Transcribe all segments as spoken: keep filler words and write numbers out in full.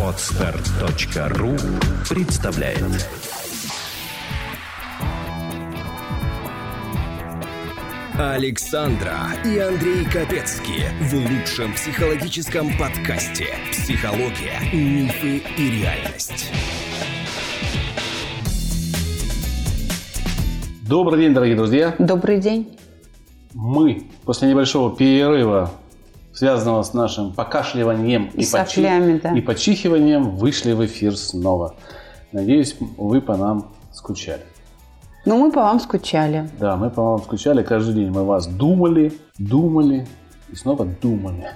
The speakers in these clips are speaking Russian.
Подстер точка ру представляет. Александра и Андрей Капецки в лучшем психологическом подкасте «Психология, мифы и реальность». Добрый день, дорогие друзья. Добрый день. Мы после небольшого перерыва, связанного с нашим покашливанием и, и, соплями, почи... да. и подчихиванием, вышли в эфир снова. Надеюсь, вы по нам скучали. Ну, мы по вам скучали. Да, мы по вам скучали. Каждый день мы вас думали, думали и снова думали.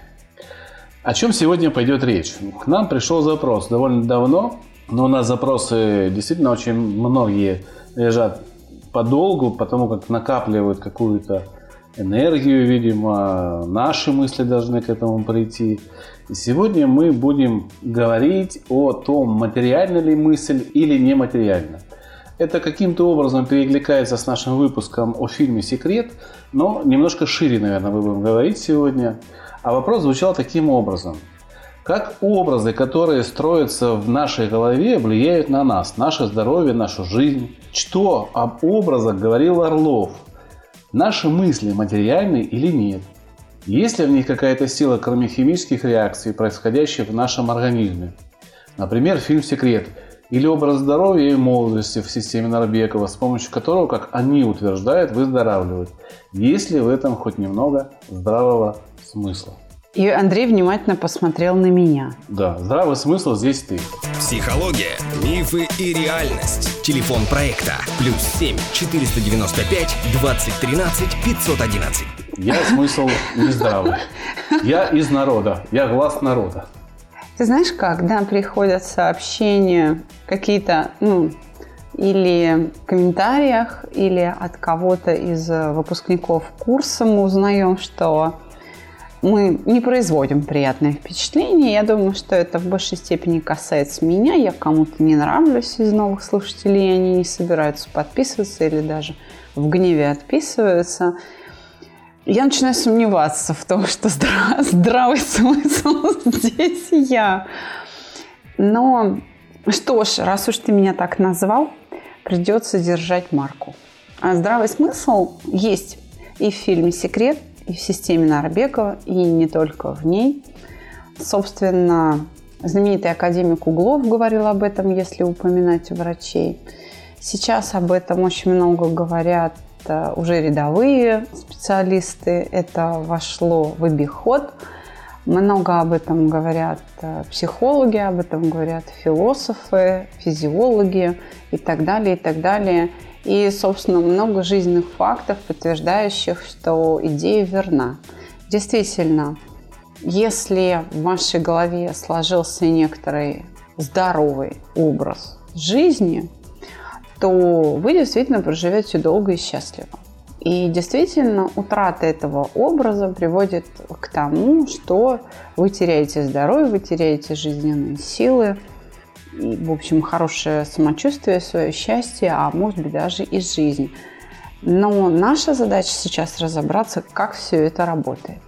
О чем сегодня пойдет речь? К нам пришел запрос довольно давно, но у нас запросы действительно очень многие лежат подолгу, потому как накапливают какую-то энергию, видимо, наши мысли должны к этому прийти. И сегодня мы будем говорить о том, материальна ли мысль или нематериальна. Это каким-то образом перекликается с нашим выпуском о фильме «Секрет», но немножко шире, наверное, мы будем говорить сегодня. А вопрос звучал таким образом. Как образы, которые строятся в нашей голове, влияют на нас, наше здоровье, нашу жизнь? Что об образах говорил Орлов? Наши мысли материальны или нет? Есть ли в них какая-то сила, кроме химических реакций, происходящих в нашем организме? Например, фильм «Секрет» или образ здоровья и молодости в системе Нарбекова, с помощью которого, как они утверждают, выздоравливают. Есть ли в этом хоть немного здравого смысла? И Андрей внимательно посмотрел на меня. Да, здравый смысл здесь ты. Психология, мифы и реальность. Телефон проекта плюс семь четыреста девяносто пять двадцать тринадцать пятьсот одиннадцать. Я смысл не здравый. Я из народа. Я глаз народа. Ты знаешь, когда приходят сообщения какие-то, ну, или в комментариях, или от кого-то из выпускников курса мы узнаем, что мы не производим приятное впечатление. Я думаю, что это в большей степени касается меня. Я кому-то не нравлюсь из новых слушателей, они не собираются подписываться или даже в гневе отписываются. Я начинаю сомневаться в том, что здра- здравый смысл здесь я. Но что ж, раз уж ты меня так назвал, придется держать марку. А здравый смысл есть и в фильме «Секрет», и в системе Нарбекова, и не только в ней. Собственно, знаменитый академик Углов говорил об этом, если упоминать врачей. Сейчас об этом очень много говорят уже рядовые специалисты. Это вошло в обиход. Много об этом говорят психологи, об этом говорят философы, физиологи и так далее, и так далее. И, собственно, много жизненных фактов, подтверждающих, что идея верна. Действительно, если в вашей голове сложился некоторый здоровый образ жизни, то вы действительно проживете долго и счастливо. И действительно, утрата этого образа приводит к тому, что вы теряете здоровье, вы теряете жизненные силы, и, в общем, хорошее самочувствие, свое счастье, а может быть даже и жизнь. Но наша задача сейчас разобраться, как все это работает.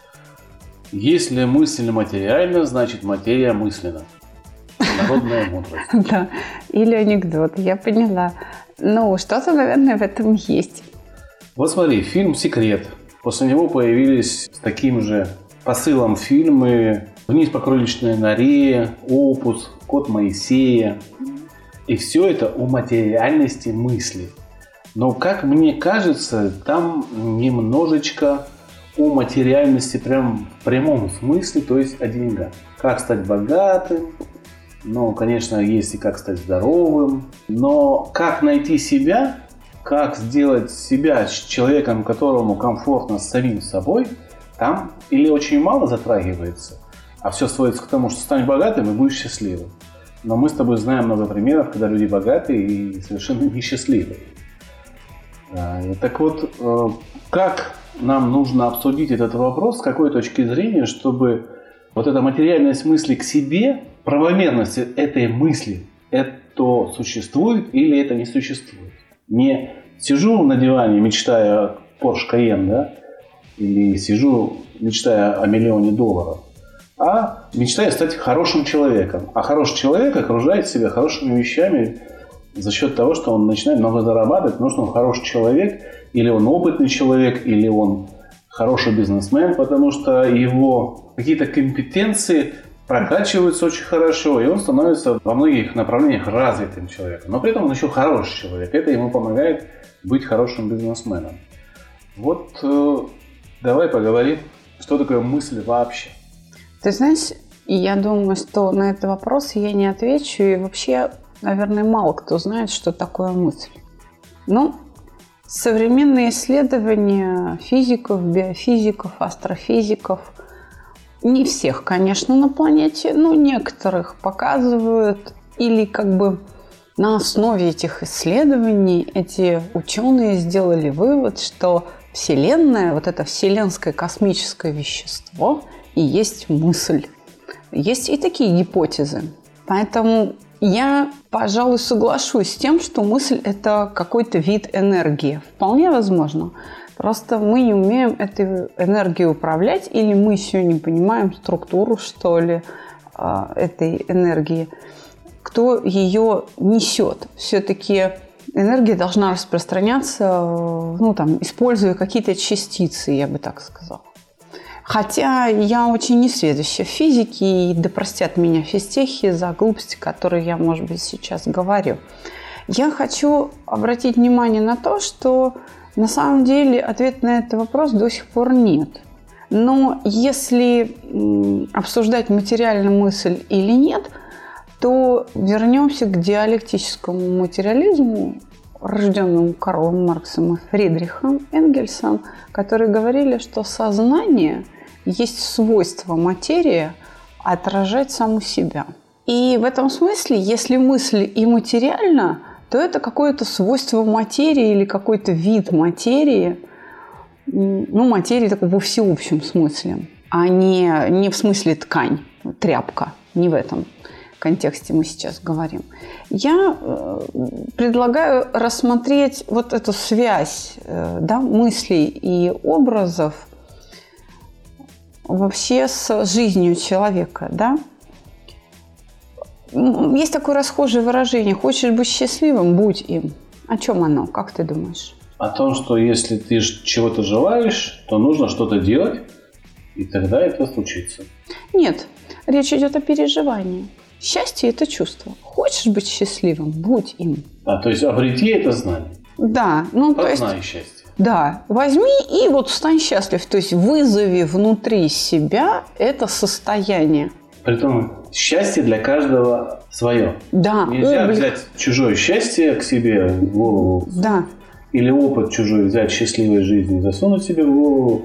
Если мысль материальна, значит материя мысленна. Народная мудрость. Да, или анекдот, я поняла. Ну, что-то, наверное, в этом есть. Вот смотри, фильм «Секрет». После него появились с таким же посылом фильмы «Вниз по кроличной норе», «Опус», «Кот Моисея». И все это о материальности мысли. Но, как мне кажется, там немножечко о материальности прям в прямом смысле, то есть о деньгах. Как стать богатым, ну, конечно, есть и как стать здоровым. Но как найти себя, как сделать себя человеком, которому комфортно с самим собой, там или очень мало затрагивается, а все сводится к тому, что стань богатым и будешь счастливым. Но мы с тобой знаем много примеров, когда люди богатые и совершенно несчастливые. Так вот, как нам нужно обсудить этот вопрос, с какой точки зрения, чтобы вот эта материальность мысли к себе, правомерность этой мысли, это существует или это не существует? Не сижу на диване, мечтая о Porsche Cayenne, да, или сижу, мечтая о миллионе долларов, а мечтает стать хорошим человеком. А хороший человек окружает себя хорошими вещами за счет того, что он начинает много зарабатывать, потому что он хороший человек, или он опытный человек, или он хороший бизнесмен, потому что его какие-то компетенции прокачиваются очень хорошо, и он становится во многих направлениях развитым человеком. Но при этом он еще хороший человек. Это ему помогает быть хорошим бизнесменом. Вот э, давай поговорим, что такое мысль вообще. Ты знаешь, я думаю, что на этот вопрос я не отвечу, и вообще, наверное, мало кто знает, что такое мысль. Ну, современные исследования физиков, биофизиков, астрофизиков, не всех, конечно, на планете, но некоторых показывают, или как бы на основе этих исследований эти ученые сделали вывод, что Вселенная, вот это вселенское космическое вещество, и есть мысль. Есть и такие гипотезы. Поэтому я, пожалуй, соглашусь с тем, что мысль – это какой-то вид энергии. Вполне возможно. Просто мы не умеем этой энергией управлять, или мы еще не понимаем структуру, что ли, этой энергии. Кто ее несет? Все-таки энергия должна распространяться, ну, там, используя какие-то частицы, я бы так сказала. Хотя я очень несведуща в физике, и да простят меня физтехи за глупости, которые я, может быть, сейчас говорю. Я хочу обратить внимание на то, что на самом деле ответа на этот вопрос до сих пор нет. Но если обсуждать материальную мысль или нет, то вернемся к диалектическому материализму, рожденному Карлом Марксом и Фридрихом Энгельсом, которые говорили, что сознание есть свойство материи отражать саму себя. И в этом смысле, если мысль и материальна, то это какое-то свойство материи или какой-то вид материи, ну, материи такой во всеобщем смысле, а не, не в смысле ткань, тряпка, не в этом контексте мы сейчас говорим. Я предлагаю рассмотреть вот эту связь, да, мыслей и образов вообще с жизнью человека, да. Есть такое расхожее выражение: хочешь быть счастливым, будь им. О чем оно, как ты думаешь? О том, что если ты чего-то желаешь, то нужно что-то делать, и тогда это случится. Нет, речь идет о переживании. Счастье – это чувство. Хочешь быть счастливым, будь им. А, то есть обрети это знание. Да. Ну, то есть, счастье. Да. Возьми и вот стань счастлив. То есть вызови внутри себя это состояние. Притом счастье для каждого свое. Да. Нельзя облик. взять чужое счастье к себе в голову. Да. Или опыт чужой взять счастливой жизни, засунуть себе в голову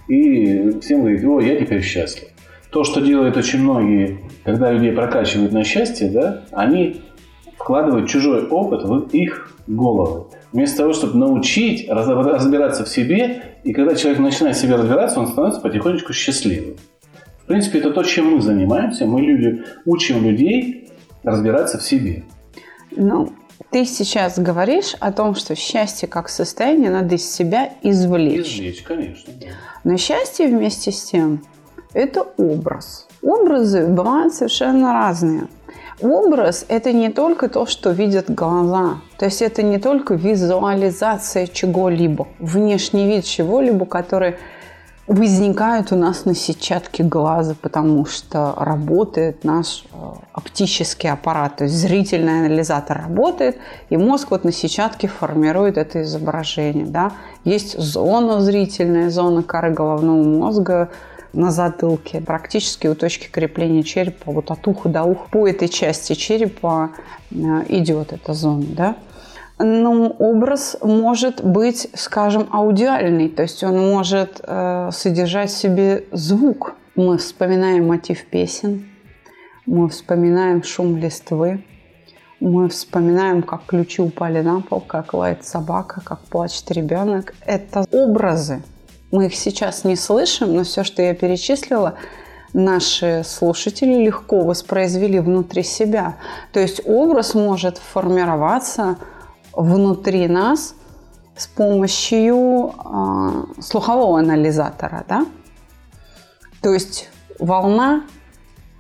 и всем говорить: о, я теперь счастлив. То, что делают очень многие, когда людей прокачивают на счастье, да, они вкладывают чужой опыт в их головы. Вместо того, чтобы научить разбираться в себе, и когда человек начинает в себе разбираться, он становится потихонечку счастливым. В принципе, это то, чем мы занимаемся. Мы люди, учим людей разбираться в себе. Ну, ты сейчас говоришь о том, что счастье как состояние надо из себя извлечь. Извлечь, конечно. Да. Но счастье вместе с тем – это образ. Образы бывают совершенно разные. Образ – это не только то, что видят глаза. То есть это не только визуализация чего-либо, внешний вид чего-либо, который возникает у нас на сетчатке глаза, потому что работает наш оптический аппарат. То есть зрительный анализатор работает, и мозг вот на сетчатке формирует это изображение. Да? Есть зона зрительная, зона коры головного мозга на затылке, практически у точки крепления черепа, вот от уха до уха. По этой части черепа идет эта зона, да. Но образ может быть, скажем, аудиальный, то есть он может э, содержать в себе звук. Мы вспоминаем мотив песен, мы вспоминаем шум листвы, мы вспоминаем, как ключи упали на пол, как лает собака, как плачет ребенок. Это образы. Мы их сейчас не слышим, но все, что я перечислила, наши слушатели легко воспроизвели внутри себя. То есть образ может формироваться внутри нас с помощью э, слухового анализатора. Да? То есть волна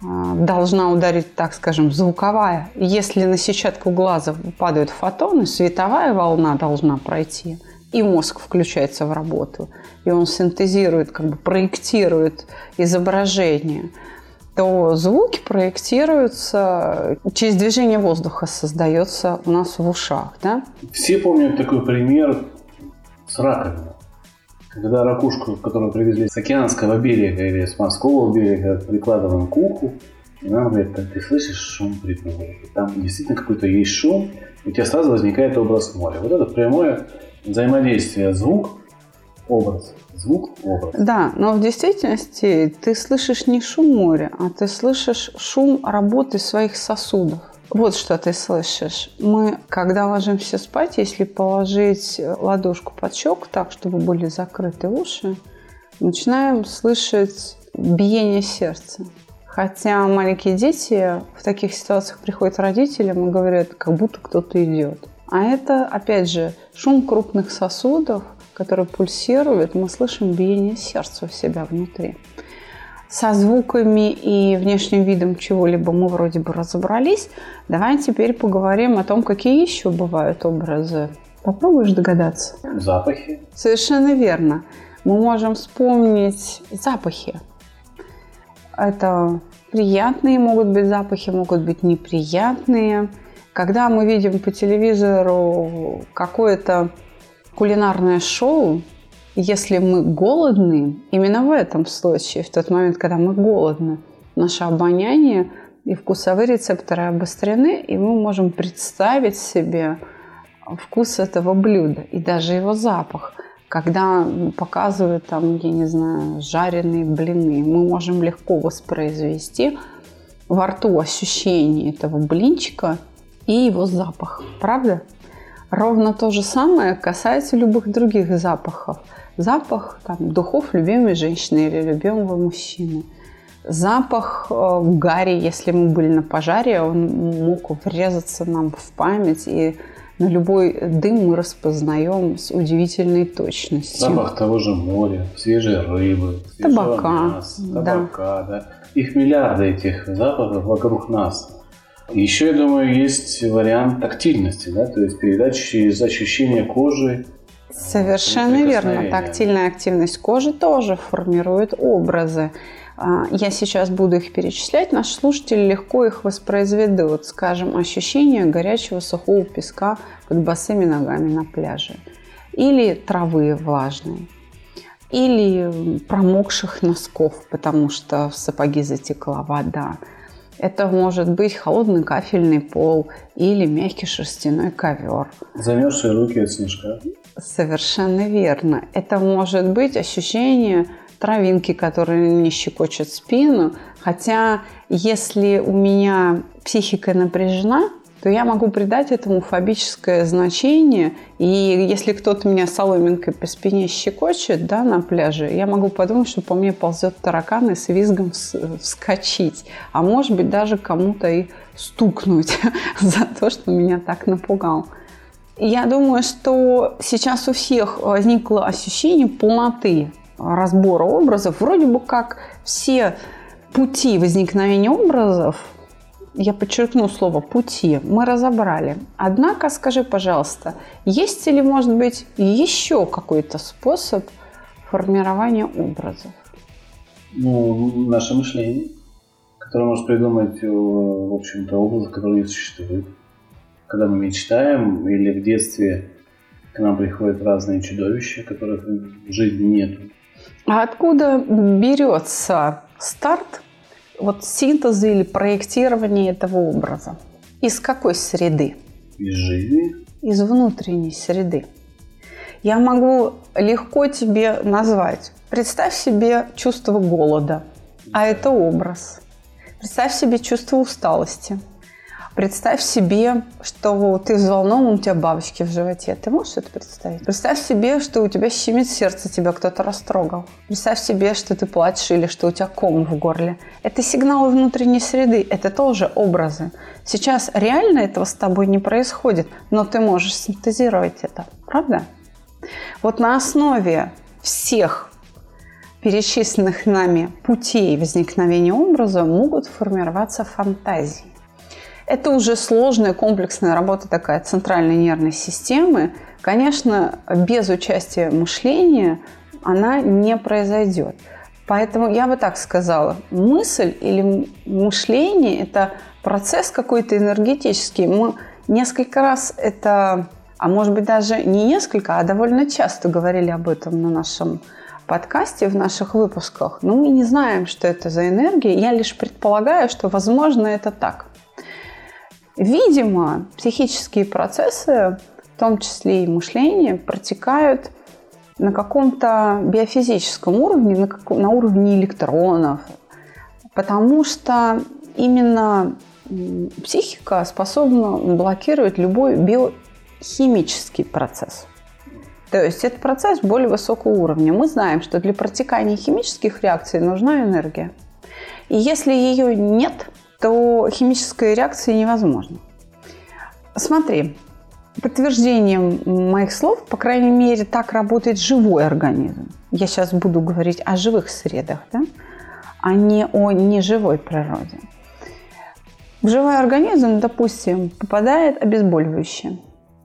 должна ударить, так скажем, звуковая. Если на сетчатку глаза падают фотоны, световая волна должна пройти, и мозг включается в работу, и он синтезирует, как бы проектирует изображение, то звуки проектируются, через движение воздуха создается у нас в ушах. Да? Все помнят такой пример с раковиной. Когда ракушку, которую привезли с океанского берега или с морского берега, прикладываем к уху, и нам говорят, ты слышишь шум приплыва? Там действительно какой-то есть шум, и у тебя сразу возникает образ моря. Вот это прямое взаимодействие звук-образ. Звук-образ. Да, но в действительности ты слышишь не шум моря, а ты слышишь шум работы своих сосудов. Вот что ты слышишь. Мы, когда ложимся спать, если положить ладошку под щеку так, чтобы были закрыты уши, начинаем слышать биение сердца. Хотя маленькие дети в таких ситуациях приходят родителям и говорят, как будто кто-то идет. А это, опять же, шум крупных сосудов, которые пульсируют, мы слышим биение сердца у себя внутри. Со звуками и внешним видом чего-либо мы вроде бы разобрались. Давай теперь поговорим о том, какие еще бывают образы. Попробуешь догадаться? Запахи. Совершенно верно. Мы можем вспомнить запахи. Это приятные могут быть запахи, могут быть неприятные. Когда мы видим по телевизору какое-то кулинарное шоу, если мы голодны, именно в этом случае, в тот момент, когда мы голодны, наше обоняние и вкусовые рецепторы обострены, и мы можем представить себе вкус этого блюда и даже его запах. Когда показывают там, я не знаю, жареные блины, мы можем легко воспроизвести во рту ощущение этого блинчика и его запах. Правда? Ровно то же самое касается любых других запахов. Запах там, духов любимой женщины или любимого мужчины. Запах э, гари, если мы были на пожаре, он мог врезаться нам в память, и на любой дым мы распознаем с удивительной точностью. Запах того же моря, свежей рыбы, свежего табака, мяса, табака. Да. Да. Их миллиарды этих запахов вокруг нас. Еще, я думаю, есть вариант тактильности, да? То есть передача через ощущение кожи. Совершенно верно. Тактильная активность кожи тоже формирует образы. Я сейчас буду их перечислять, наши слушатели легко их воспроизведут. Скажем, ощущение горячего сухого песка под босыми ногами на пляже. Или травы влажной. Или промокших носков, потому что в сапоги затекла вода. Это может быть холодный кафельный пол или мягкий шерстяной ковер. Замерзшие руки от снежка. Совершенно верно. Это может быть ощущение травинки, которые не щекочут спину. Хотя, если у меня психика напряжена, то я могу придать этому фобическое значение. И если кто-то меня соломинкой по спине щекочет, да, на пляже, я могу подумать, что по мне ползет таракан и с визгом вскочить. А может быть, даже кому-то и стукнуть за то, что меня так напугал. Я думаю, что сейчас у всех возникло ощущение полноты разбора образов. Вроде бы как все пути возникновения образов, я подчеркну слово «пути», мы разобрали. Однако, скажи, пожалуйста, есть ли, может быть, еще какой-то способ формирования образов? Ну, наше мышление, которое может придумать, в общем-то, образы, которые не существуют. Когда мы мечтаем или в детстве к нам приходят разные чудовища, которых в жизни нет. А откуда берется старт вот синтеза или проектирования этого образа? Из какой среды? Из жизни. Из внутренней среды. Я могу легко тебе назвать. Представь себе чувство голода, а это образ. Представь себе чувство усталости. Представь себе, что ты взволнован, у тебя бабочки в животе. Ты можешь это представить? Представь себе, что у тебя щемит сердце, тебя кто-то растрогал. Представь себе, что ты плачешь или что у тебя ком в горле. Это сигналы внутренней среды, это тоже образы. Сейчас реально этого с тобой не происходит, но ты можешь синтезировать это. Правда? Вот на основе всех перечисленных нами путей возникновения образа могут формироваться фантазии. Это уже сложная комплексная работа такая центральной нервной системы. Конечно, без участия мышления она не произойдет. Поэтому я бы так сказала, мысль или мышление – это процесс какой-то энергетический. Мы несколько раз это, а может быть даже не несколько, а довольно часто говорили об этом на нашем подкасте, в наших выпусках. Но мы не знаем, что это за энергия. Я лишь предполагаю, что, возможно, это так. Видимо, психические процессы, в том числе и мышление, протекают на каком-то биофизическом уровне, на, как, на уровне электронов, потому что именно психика способна блокировать любой биохимический процесс. То есть это процесс более высокого уровня. Мы знаем, что для протекания химических реакций нужна энергия. И если ее нет, то химическая реакция невозможна. Смотри, подтверждением моих слов, по крайней мере, так работает живой организм. Я сейчас буду говорить о живых средах, да? А не о неживой природе. В живой организм, допустим, попадает обезболивающее.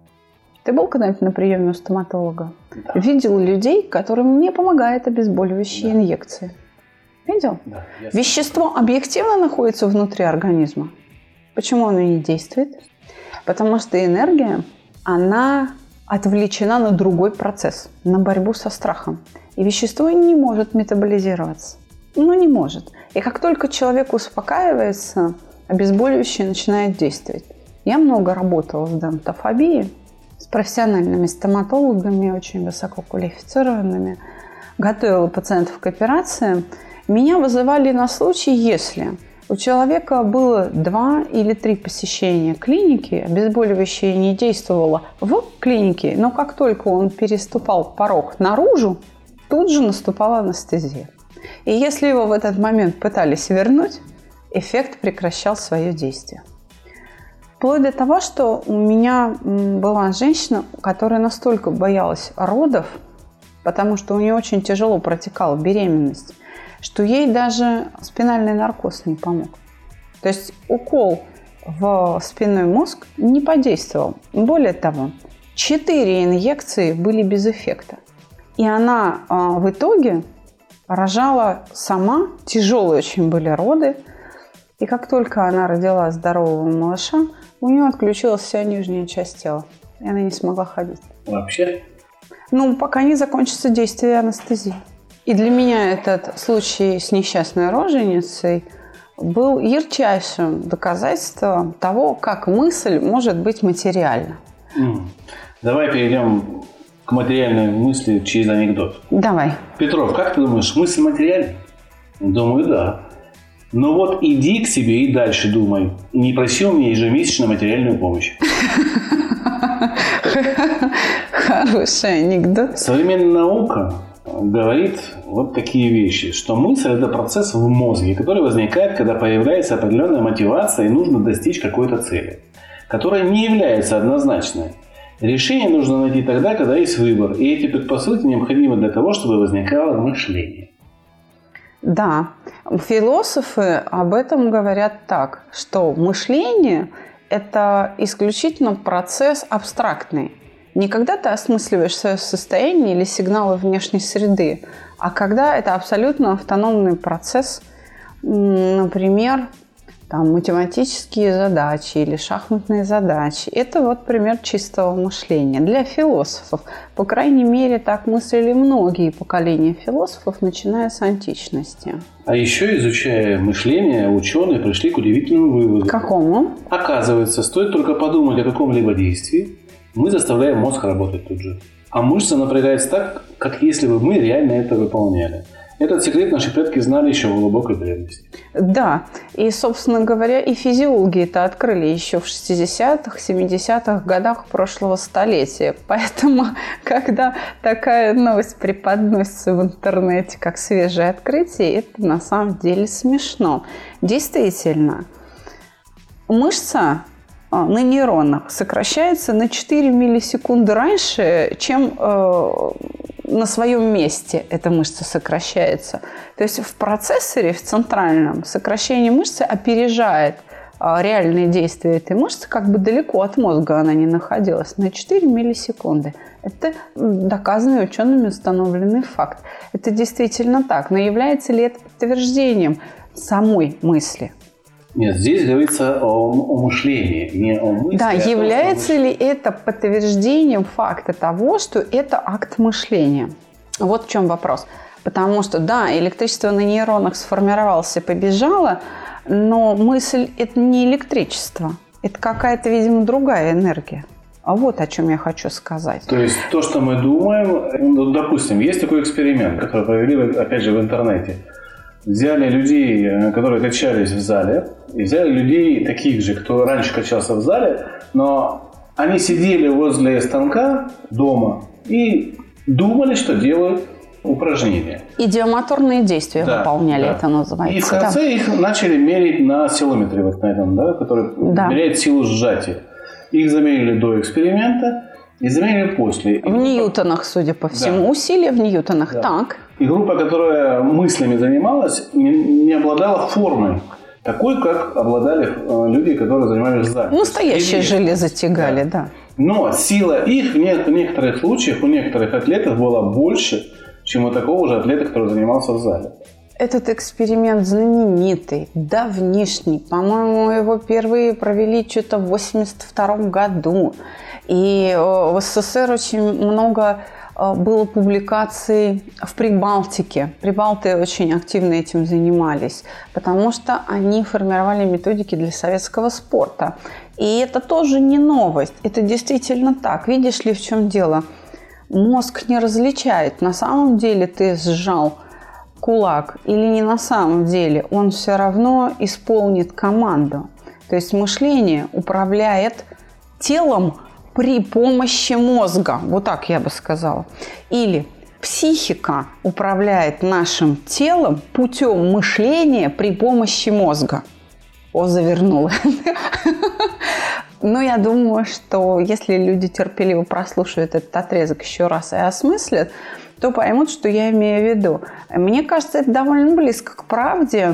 Ты был когда-нибудь на приеме у стоматолога? Да. Видел людей, которым не помогает обезболивающие да. инъекции? Видел? Да, вещество объективно находится внутри организма. Почему оно не действует? Потому что энергия, она отвлечена на другой процесс, на борьбу со страхом. И вещество не может метаболизироваться. Ну, не может. И как только человек успокаивается, обезболивающее начинает действовать. Я много работала с донтофобией, с профессиональными стоматологами, очень высококвалифицированными, готовила пациентов к операциям. Меня вызывали на случай, если у человека было два или три посещения клиники, обезболивающее не действовало в клинике, но как только он переступал порог наружу, тут же наступала анестезия. И если его в этот момент пытались вернуть, эффект прекращал свое действие. Вплоть до того, что у меня была женщина, которая настолько боялась родов, потому что у нее очень тяжело протекала беременность, что ей даже спинальный наркоз не помог. То есть укол в спинной мозг не подействовал. Более того, четыре инъекции были без эффекта. И она в итоге рожала сама, тяжелые очень были роды. И как только она родила здорового малыша, у нее отключилась вся нижняя часть тела. И она не смогла ходить. Вообще? Ну, пока не закончится действие анестезии. И для меня этот случай с несчастной роженицей был ярчайшим доказательством того, как мысль может быть материальна. Mm. Давай перейдем к материальной мысли через анекдот. Давай. Петров, как ты думаешь, мысль материальна? Думаю, да. Но вот иди к себе и дальше думай. И не проси у меня ежемесячно материальную помощь. Хороший анекдот. Современная наука говорит вот такие вещи, что мысль – это процесс в мозге, который возникает, когда появляется определенная мотивация и нужно достичь какой-то цели, которая не является однозначной. Решение нужно найти тогда, когда есть выбор, и эти предпосылки необходимы для того, чтобы возникало мышление. Да, философы об этом говорят так, что мышление – это исключительно процесс абстрактный. Не когда ты осмысливаешь свое состояние или сигналы внешней среды, а когда это абсолютно автономный процесс, например, там, математические задачи или шахматные задачи. Это вот пример чистого мышления. Для философов, по крайней мере, так мыслили многие поколения философов, начиная с античности. А еще, изучая мышление, ученые пришли к удивительному выводу. Какому? Оказывается, стоит только подумать о каком-либо действии, мы заставляем мозг работать тут же. А мышца напрягается так, как если бы мы реально это выполняли. Этот секрет наши предки знали еще в глубокой древности. Да, и, собственно говоря, и физиологи это открыли еще в шестидесятых, семидесятых годах прошлого столетия. Поэтому, когда такая новость преподносится в интернете как свежее открытие, это на самом деле смешно. Действительно, мышца на нейронах сокращается на четыре миллисекунды раньше, чем э, на своем месте эта мышца сокращается. То есть в процессоре, в центральном, сокращение мышцы опережает реальные действия этой мышцы, как бы далеко от мозга она не находилась, на четыре миллисекунды. Это доказанный учеными установленный факт. Это действительно так. Но является ли это подтверждением самой мысли? Нет, здесь говорится о, о мышлении, не о мысли. Да, а является ли это подтверждением факта того, что это акт мышления? Вот в чем вопрос. Потому что, да, электричество на нейронах сформировалось и побежало, но мысль – это не электричество. Это какая-то, видимо, другая энергия. А вот о чем я хочу сказать. То есть то, что мы думаем, ну, допустим, есть такой эксперимент, который провели, опять же, в интернете. Взяли людей, которые качались в зале, и взяли людей таких же, кто раньше качался в зале, но они сидели возле станка дома и думали, что делают упражнения. Идиомоторные действия да, выполняли, да. Это называется. И в конце да. их начали мерить на силометре, вот на этом, да, который да. меряет силу сжатия. Их замерили до эксперимента и замерили после. В ньютонах, судя по всему. Да. Усилия в ньютонах. Да. Так. И группа, которая мыслями занималась, не, не обладала формой такой, как обладали люди, которые занимались в зале. Настоящее железо тягали, да. да. Но сила их в некоторых случаях у некоторых атлетов была больше, чем у такого же атлета, который занимался в зале. Этот эксперимент знаменитый, давнишний. По-моему, его впервые провели что-то в восемьдесят втором году. И в СССР очень много было публикаций в Прибалтике. Прибалты очень активно этим занимались, потому что они формировали методики для советского спорта. И это тоже не новость. Это действительно так. Видишь ли, в чем дело? Мозг не различает, на самом деле ты сжал кулак или не на самом деле. Он все равно исполнит команду. То есть мышление управляет телом при помощи мозга. Вот так я бы сказала. Или психика управляет нашим телом путем мышления при помощи мозга. О, завернула. Но я думаю, что если люди терпеливо прослушают этот отрезок еще раз и осмыслят, то поймут, что я имею в виду. Мне кажется, это довольно близко к правде.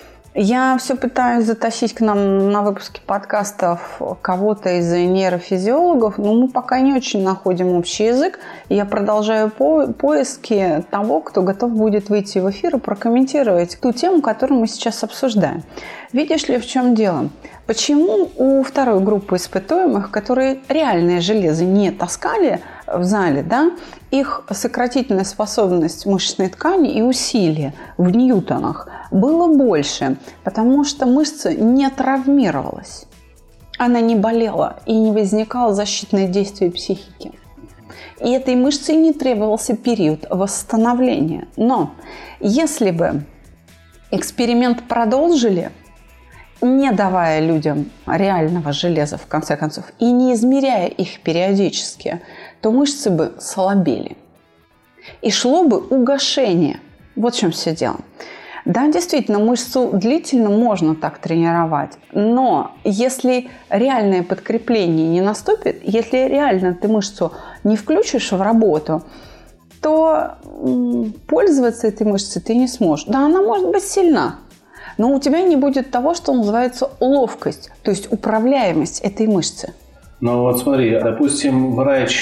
Я все пытаюсь затащить к нам на выпуске подкастов кого-то из нейрофизиологов, но мы пока не очень находим общий язык. Я продолжаю по- поиски того, кто готов будет выйти в эфир и прокомментировать ту тему, которую мы сейчас обсуждаем. Видишь ли, в чем дело? Почему у второй группы испытуемых, которые реальное железо не таскали в зале, да, их сократительная способность мышечной ткани и усилия в ньютонах было больше, потому что мышца не травмировалась. Она не болела и не возникало защитное действие психики. И этой мышце не требовался период восстановления. Но если бы эксперимент продолжили, не давая людям реального железа, в конце концов, и не измеряя их периодически, то мышцы бы слабели. И шло бы угошение. Вот в чем все дело. Да, действительно, мышцу длительно можно так тренировать, но если реальное подкрепление не наступит, если реально ты мышцу не включишь в работу, то пользоваться этой мышцей ты не сможешь. Да, она может быть сильна, но у тебя не будет того, что называется ловкость, то есть управляемость этой мышцы. Ну вот смотри, допустим,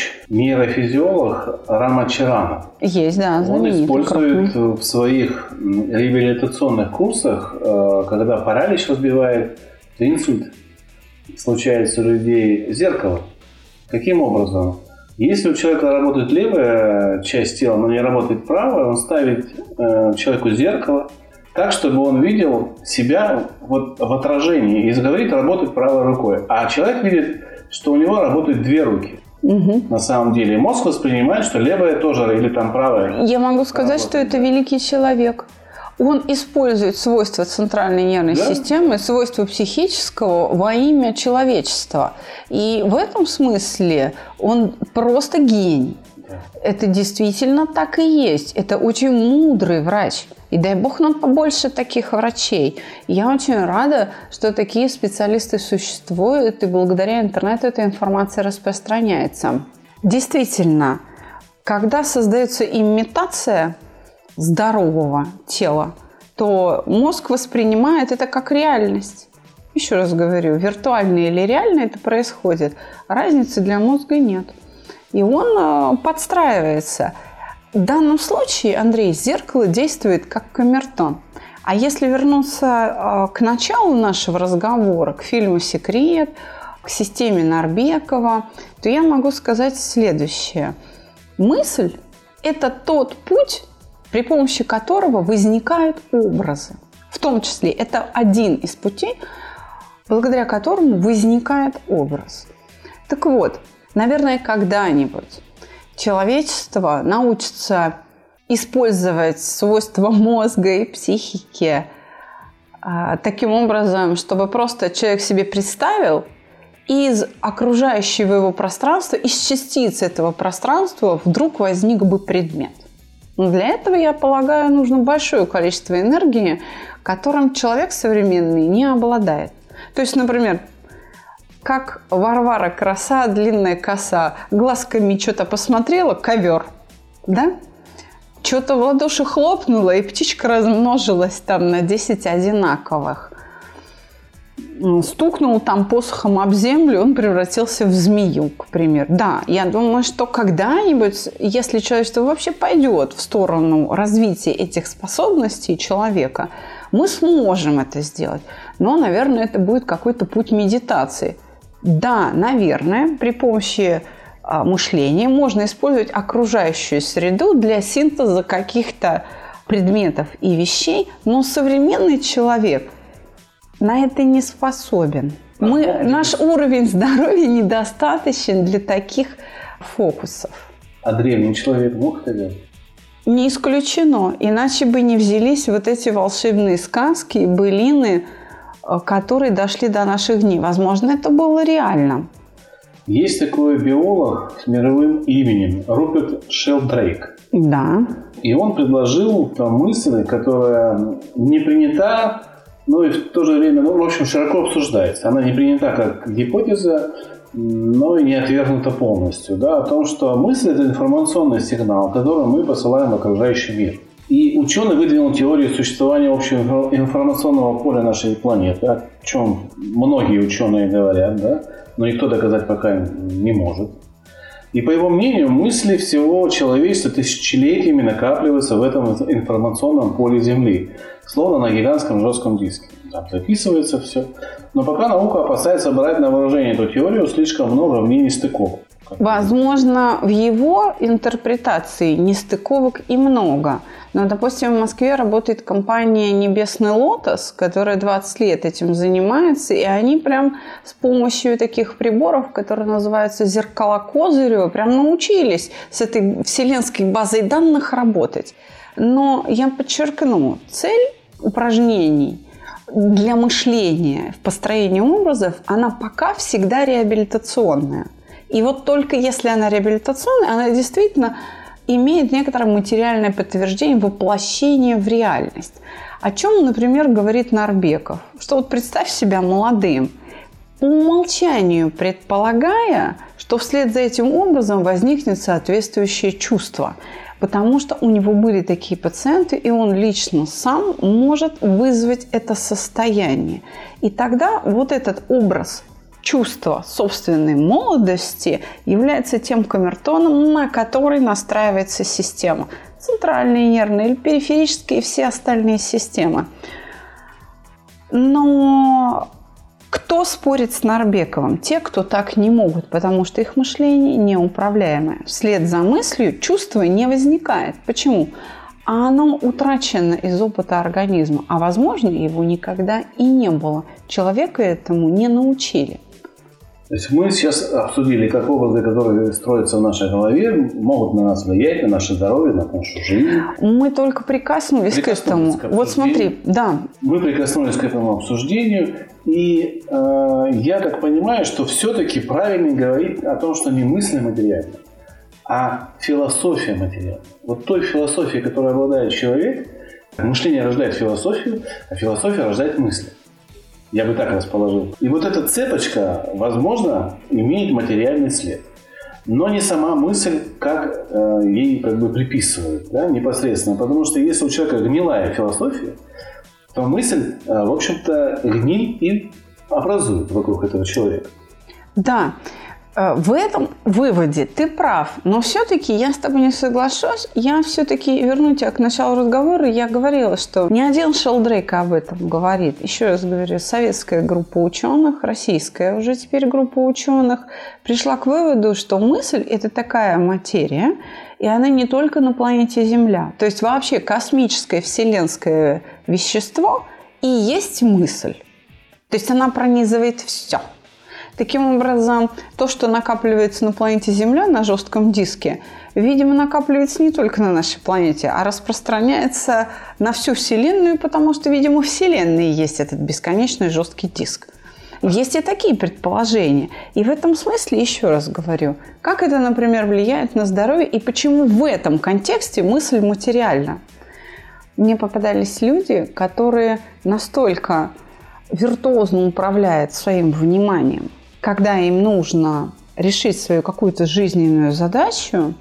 врач-нейрофизиолог Рамачарана. Есть, да, знаменитый. Он использует крупный. В своих реабилитационных курсах, когда паралич разбивает, инсульт случается у людей, зеркало. Каким образом? Если у человека работает левая часть тела, но не работает правая, он ставит человеку зеркало, так, чтобы он видел себя вот в отражении и говорит, работать правой рукой. А человек видит, что у него работают две руки. Угу. На самом деле. И мозг воспринимает, что левая тоже, или там правая. Я могу сказать, работает. Что это великий человек. Он использует свойства центральной нервной да? системы, свойства психического во имя человечества. И в этом смысле он просто гений. Да. Это действительно так и есть. Это очень мудрый врач. И дай бог нам побольше таких врачей. Я очень рада, что такие специалисты существуют, и благодаря интернету эта информация распространяется. Действительно, Когда создается имитация здорового тела, то мозг воспринимает это как реальность. Еще раз говорю, виртуально или реально это происходит, разницы для мозга нет. И он подстраивается. В данном случае, Андрей, зеркало действует как камертон. А если вернуться к началу нашего разговора, к фильму «Секрет», к системе Нарбекова, то я могу сказать следующее. Мысль – это тот путь, при помощи которого возникают образы. В том числе это один из путей, благодаря которому возникает образ. Так вот, наверное, когда-нибудь человечество научится использовать свойства мозга и психики а, таким образом, чтобы просто человек себе представил, из окружающего его пространства, из частиц этого пространства вдруг возник бы предмет. Но для этого, я полагаю, нужно большое количество энергии, которым человек современный не обладает. То есть, например, как Варвара Краса, длинная коса, глазками что-то посмотрела, ковер, да? Что-то в ладоши хлопнуло, и птичка размножилась там на десять одинаковых. Стукнул там посохом об землю, он превратился в змею, к примеру. Да, я думаю, что когда-нибудь, если человечество вообще пойдет в сторону развития этих способностей человека, мы сможем это сделать. Но, наверное, это будет какой-то путь медитации. Да, наверное, при помощи а, мышления можно использовать окружающую среду для синтеза каких-то предметов и вещей, но современный человек на это не способен. Мы, наш уровень здоровья недостаточен для таких фокусов. А древний человек мог это делать? Не исключено. Иначе бы не взялись вот эти волшебные сказки и былины, которые дошли до наших дней. Возможно, это было реально. Есть такой биолог с мировым именем Руперт Шелдрейк. Да. И он предложил там мысль, которая не принята, но и в то же время, ну, в общем, широко обсуждается. Она не принята как гипотеза, но и не отвергнута полностью. Да, о том, что мысль – это информационный сигнал, который мы посылаем в окружающий мир. И ученый выдвинул теорию существования общего информационного поля нашей планеты, о чем многие ученые говорят, да, но никто доказать пока не может. И по его мнению, мысли всего человечества тысячелетиями накапливаются в этом информационном поле Земли, словно на гигантском жестком диске. Там записывается все. Но пока наука опасается брать на вооружение эту теорию, слишком много в ней нестыковок. Возможно, в его интерпретации нестыковок и много. Но, допустим, в Москве работает компания «Небесный лотос», которая двадцать лет этим занимается, и они прям с помощью таких приборов, которые называются «зеркала Козырева», прям научились с этой вселенской базой данных работать. Но я подчеркну, цель упражнений для мышления в построении образов, она пока всегда реабилитационная. И вот только если она реабилитационная, она действительно имеет некоторое материальное подтверждение воплощения в реальность. О чем, например, говорит Нарбеков? Что вот представь себя молодым, по умолчанию предполагая, что вслед за этим образом возникнет соответствующее чувство. Потому что у него были такие пациенты, и он лично сам может вызвать это состояние. И тогда вот этот образ чувство собственной молодости является тем камертоном, на который настраивается система. Центральная нервная или периферическая и все остальные системы. Но кто спорит с Нарбековым? Те, кто так не могут, потому что их мышление неуправляемое. Вслед за мыслью чувство не возникает. Почему? А оно утрачено из опыта организма. А возможно, его никогда и не было. Человека этому не научили. То есть мы сейчас обсудили, как образы, которые строятся в нашей голове, могут на нас влиять, на наше здоровье, на нашу жизнь. Мы только прикоснулись, прикоснулись к этому. К вот смотри, да. Мы прикоснулись к этому обсуждению, и э, я так понимаю, что все-таки правильно говорить о том, что не мысли материальны, а философия материальна. Вот той философией, которой обладает человек, мышление рождает философию, а философия рождает мысли. Я бы так расположил. И вот эта цепочка, возможно, имеет материальный след. но не сама мысль, как э, ей как бы приписывают, да, непосредственно. Потому что если у человека гнилая философия, то мысль, э, в общем-то, гниль и образует вокруг этого человека. Да. В этом выводе ты прав, но все-таки я с тобой не соглашусь. Я все-таки верну тебя к началу разговора. Я говорила, что не один Шелдрейк об этом говорит. Еще раз говорю, советская группа ученых, российская уже теперь группа ученых пришла к выводу, что мысль – это такая материя, и она не только на планете Земля. То есть вообще космическое вселенское вещество и есть мысль. То есть она пронизывает все. Таким образом, то, что накапливается на планете Земля, на жестком диске, видимо, накапливается не только на нашей планете, а распространяется на всю Вселенную, потому что, видимо, в Вселенной есть этот бесконечный жесткий диск. Есть и такие предположения. И в этом смысле, еще раз говорю, как это, например, влияет на здоровье и почему в этом контексте мысль материальна. Мне попадались люди, которые настолько виртуозно управляют своим вниманием, когда им нужно решить свою какую-то жизненную задачу,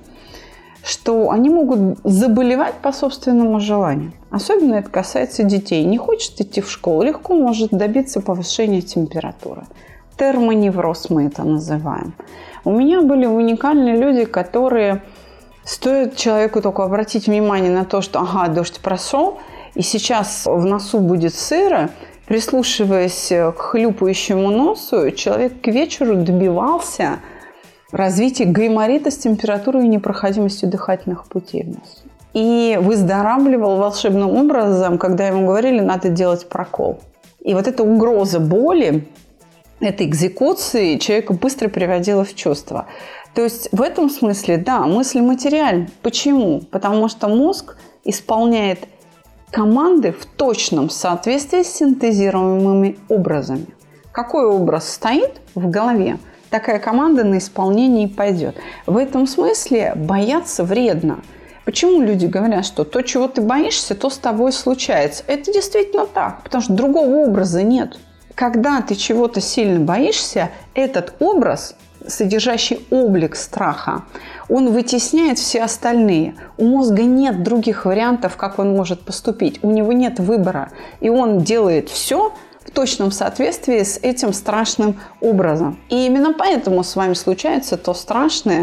что они могут заболевать по собственному желанию. Особенно это касается детей. Не хочет идти в школу, легко может добиться повышения температуры. Термоневроз мы это называем. У меня были уникальные люди, которые, стоит человеку только обратить внимание на то, что ага, дождь прошел, и сейчас в носу будет сыро, прислушиваясь к хлюпающему носу, человек к вечеру добивался развития гайморита с температурой и непроходимостью дыхательных путей в носу. И выздоравливал волшебным образом, когда ему говорили, надо делать прокол. И вот эта угроза боли, этой экзекуции человека быстро приводила в чувство. То есть в этом смысле, да, мысль материальна. Почему? Потому что мозг исполняет команды в точном соответствии с синтезируемыми образами. Какой образ стоит в голове, такая команда на исполнение и пойдет. В этом смысле бояться вредно. Почему люди говорят, что то, чего ты боишься, то с тобой случается? Это действительно так, потому что другого образа нет. Когда ты чего-то сильно боишься, этот образ, содержащий облик страха, он вытесняет все остальные. У мозга нет других вариантов, как он может поступить. У него нет выбора. И он делает все в точном соответствии с этим страшным образом. И именно поэтому с вами случается то страшное,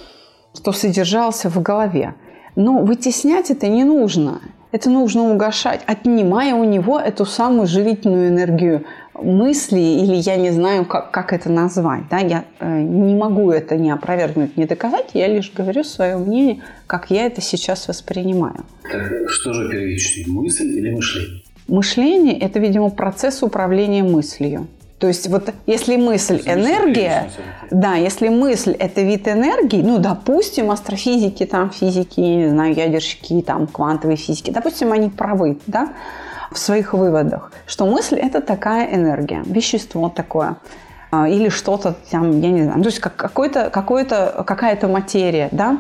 что содержалось в голове. Но вытеснять это не нужно. Это нужно угошать, отнимая у него эту самую живительную энергию мысли, или я не знаю, как, как это назвать. Да? Я э, не могу это ни опровергнуть, ни доказать, я лишь говорю свое мнение, как я это сейчас воспринимаю. Так, что же первичнее, мысль или мышление? Мышление – это, видимо, процесс управления мыслью. То есть вот если мысль – энергия, да, если мысль – это вид энергии, ну, допустим, астрофизики, там, физики, не знаю, ядерщики, там, квантовые физики, допустим, они правы, да, в своих выводах, что мысль – это такая энергия, вещество такое, или что-то там, я не знаю, то есть как какой-то, какой-то, какая-то материя, да,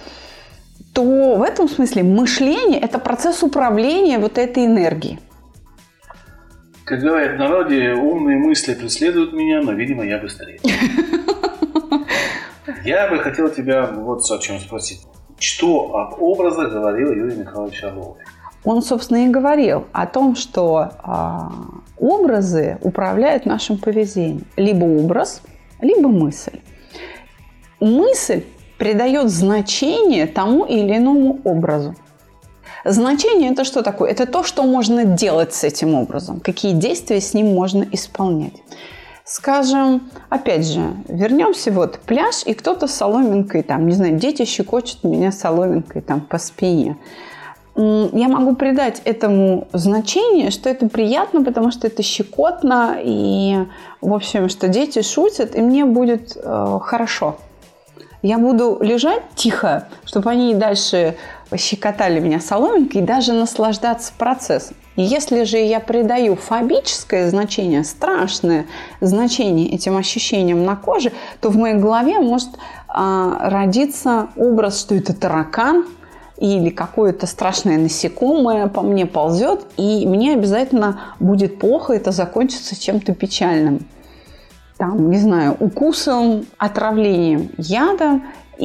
то в этом смысле мышление – это процесс управления вот этой энергией. Как говорят в народе, умные мысли преследуют меня, но, видимо, я быстрее. Я бы хотел тебя вот о чем спросить. Что об образах говорил Юрий Михайлович Орлов? Он, собственно, и говорил о том, что э, образы управляют нашим поведением. Либо образ, либо мысль. Мысль придает значение тому или иному образу. Значение – это что такое? Это то, что можно делать с этим образом, какие действия с ним можно исполнять. Скажем, опять же, вернемся вот пляж, и кто-то соломинкой, там, не знаю, дети щекочут меня соломинкой там, по спине. Я могу придать этому значение, что это приятно, потому что это щекотно, и, в общем, что дети шутят, и мне будет э, хорошо. Я буду лежать тихо, чтобы они дальше щекотали меня соломинкой и даже наслаждаться процессом. И если же я придаю фобическое значение, страшное значение этим ощущениям на коже, то в моей голове может а, родиться образ, что это таракан или какое-то страшное насекомое по мне ползет, и мне обязательно будет плохо, это закончится чем-то печальным. там, не знаю, укусом, отравлением ядом.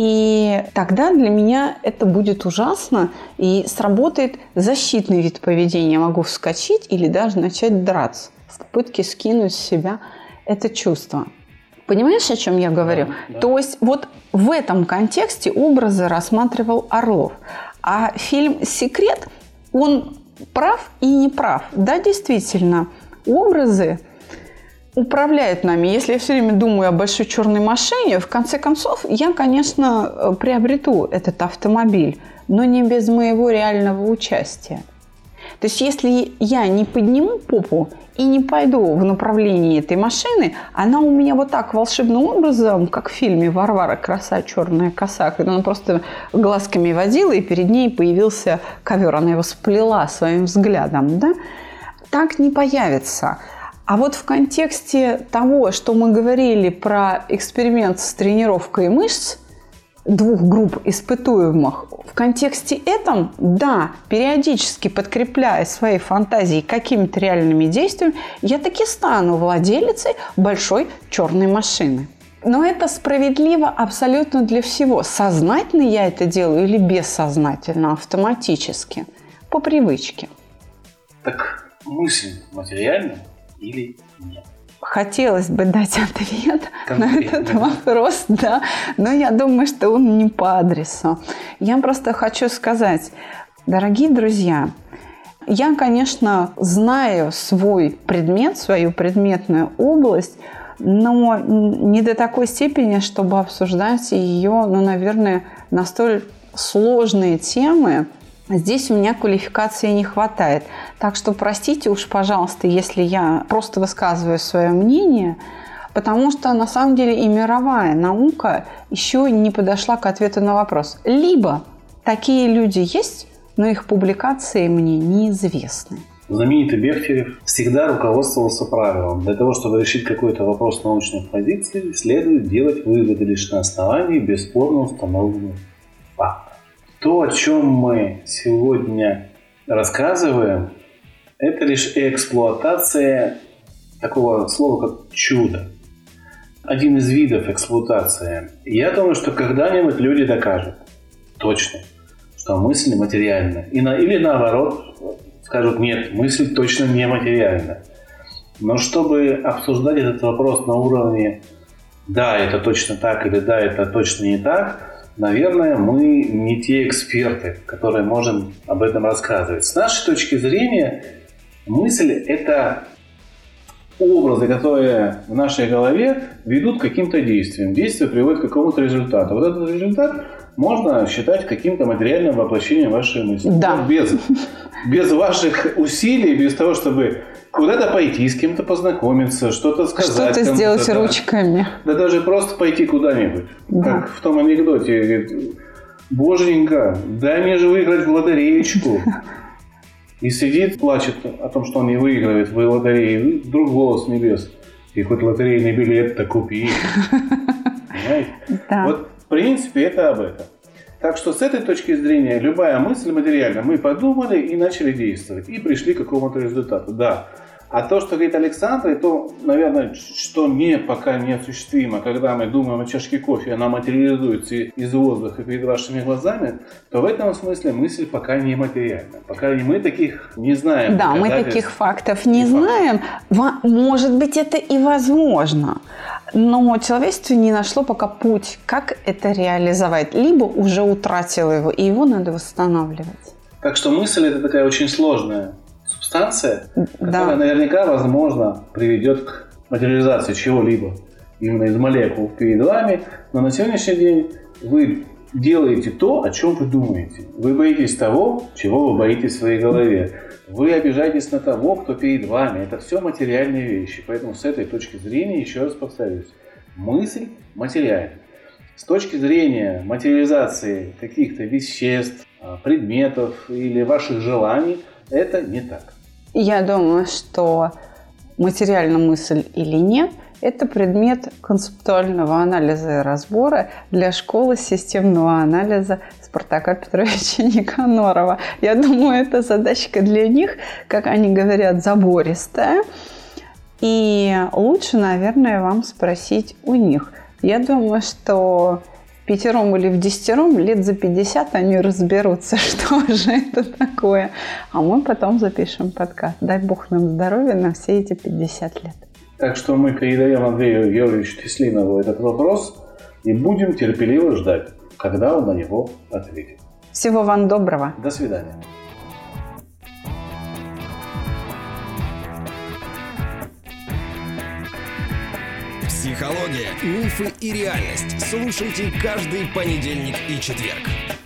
И тогда для меня это будет ужасно, и сработает защитный вид поведения. Я могу вскочить или даже начать драться в попытке скинуть с себя это чувство. Понимаешь, о чем я говорю? Да, да. То есть вот в этом контексте образы рассматривал Орлов. А фильм «Секрет», он прав и не прав. Да, действительно, образы управляют нами. Если я все время думаю о большой черной машине, в конце концов, я, конечно, приобрету этот автомобиль, но не без моего реального участия. То есть, если я не подниму попу и не пойду в направлении этой машины, она у меня вот так волшебным образом, как в фильме «Варвара, краса, черная коса», когда она просто глазками водила, и перед ней появился ковер, она его сплела своим взглядом, да? Так не появится. А вот в контексте того, что мы говорили про эксперимент с тренировкой мышц двух групп испытуемых, в контексте этом, да, периодически подкрепляя свои фантазии какими-то реальными действиями, я таки стану владелицей большой черной машины. Но это справедливо абсолютно для всего. Сознательно я это делаю или бессознательно, автоматически, по привычке. Так мысль материальна или нет? Хотелось бы дать ответ Конкретно. на этот вопрос, да, но я думаю, что он не по адресу. Я просто хочу сказать, дорогие друзья, я, конечно, знаю свой предмет, свою предметную область, но не до такой степени, чтобы обсуждать ее, ну, наверное, на столь сложные темы. Здесь у меня квалификации не хватает. Так что простите уж, пожалуйста, если я просто высказываю свое мнение, потому что на самом деле и мировая наука еще не подошла к ответу на вопрос. Либо такие люди есть, но их публикации мне неизвестны. Знаменитый Бехтерев всегда руководствовался правилом: для того, чтобы решить какой-то вопрос научной позиции, следует делать выводы лишь на основании бесспорно установленных фактов. То, о чем мы сегодня рассказываем, это лишь эксплуатация такого слова, как чудо. Один из видов эксплуатации. Я думаю, что когда-нибудь люди докажут точно, что мысль материальна. И на, или наоборот скажут: нет, мысль точно не материальна. Но чтобы обсуждать этот вопрос на уровне «да, это точно так» или «да, это точно не так», наверное, мы не те эксперты, которые можем об этом рассказывать. С нашей точки зрения, мысль – это образы, которые в нашей голове ведут к каким-то действиям. Действия приводят к какому-то результату. Вот этот результат можно считать каким-то материальным воплощением вашей мысли. Да. Без, без ваших усилий, без того, чтобы куда-то пойти, с кем-то познакомиться, что-то сказать. Что-то сделать да. ручками. Да даже просто пойти куда-нибудь. Да. Как в том анекдоте. Говорит: боженька, дай мне же выиграть в лотереечку. И сидит, плачет о том, что он не выигрывает в лотерее. И вдруг голос с небес: и хоть лотерейный билет-то купи. Понимаете? Да. Вот в принципе это об этом. Так что с этой точки зрения любая мысль материальна. Мы подумали и начали действовать. И пришли к какому-то результату. Да. А то, что говорит Александр, то, наверное, что не пока неосуществимо, когда мы думаем о чашке кофе, она материализуется из воздуха перед вашими глазами, то в этом смысле мысль пока не материальна. Пока мы таких не знаем. Да, мы таких фактов не знаем. Фактов. Может быть, это и возможно. Но человечество не нашло пока путь, как это реализовать. Либо уже утратило его, и его надо восстанавливать. Так что мысль – это такая очень сложная субстанция, которая да. наверняка, возможно, приведет к материализации чего-либо именно из молекул перед вами. Но на сегодняшний день вы делаете то, о чем вы думаете. Вы боитесь того, чего вы боитесь в своей голове. Вы обижаетесь на того, кто перед вами. Это все материальные вещи. Поэтому с этой точки зрения, еще раз повторюсь, мысль материальна. С точки зрения материализации каких-то веществ, предметов или ваших желаний, это не так. Я думаю, что материальна мысль или нет, это предмет концептуального анализа и разбора для школы системного анализа Спартака Петровича Никанорова. Я думаю, эта задачка для них, как они говорят, забористая. И лучше, наверное, вам спросить у них. Я думаю, что в пятером или в десятером лет за пятьдесят они разберутся, что же это такое. А мы потом запишем подкаст. Дай бог нам здоровья на все эти пятьдесят лет. Так что мы передаем Андрею Георгиевичу Теслинову этот вопрос и будем терпеливо ждать, когда он на него ответит. Всего вам доброго. До свидания. Психология, мифы и реальность. Слушайте каждый понедельник и четверг.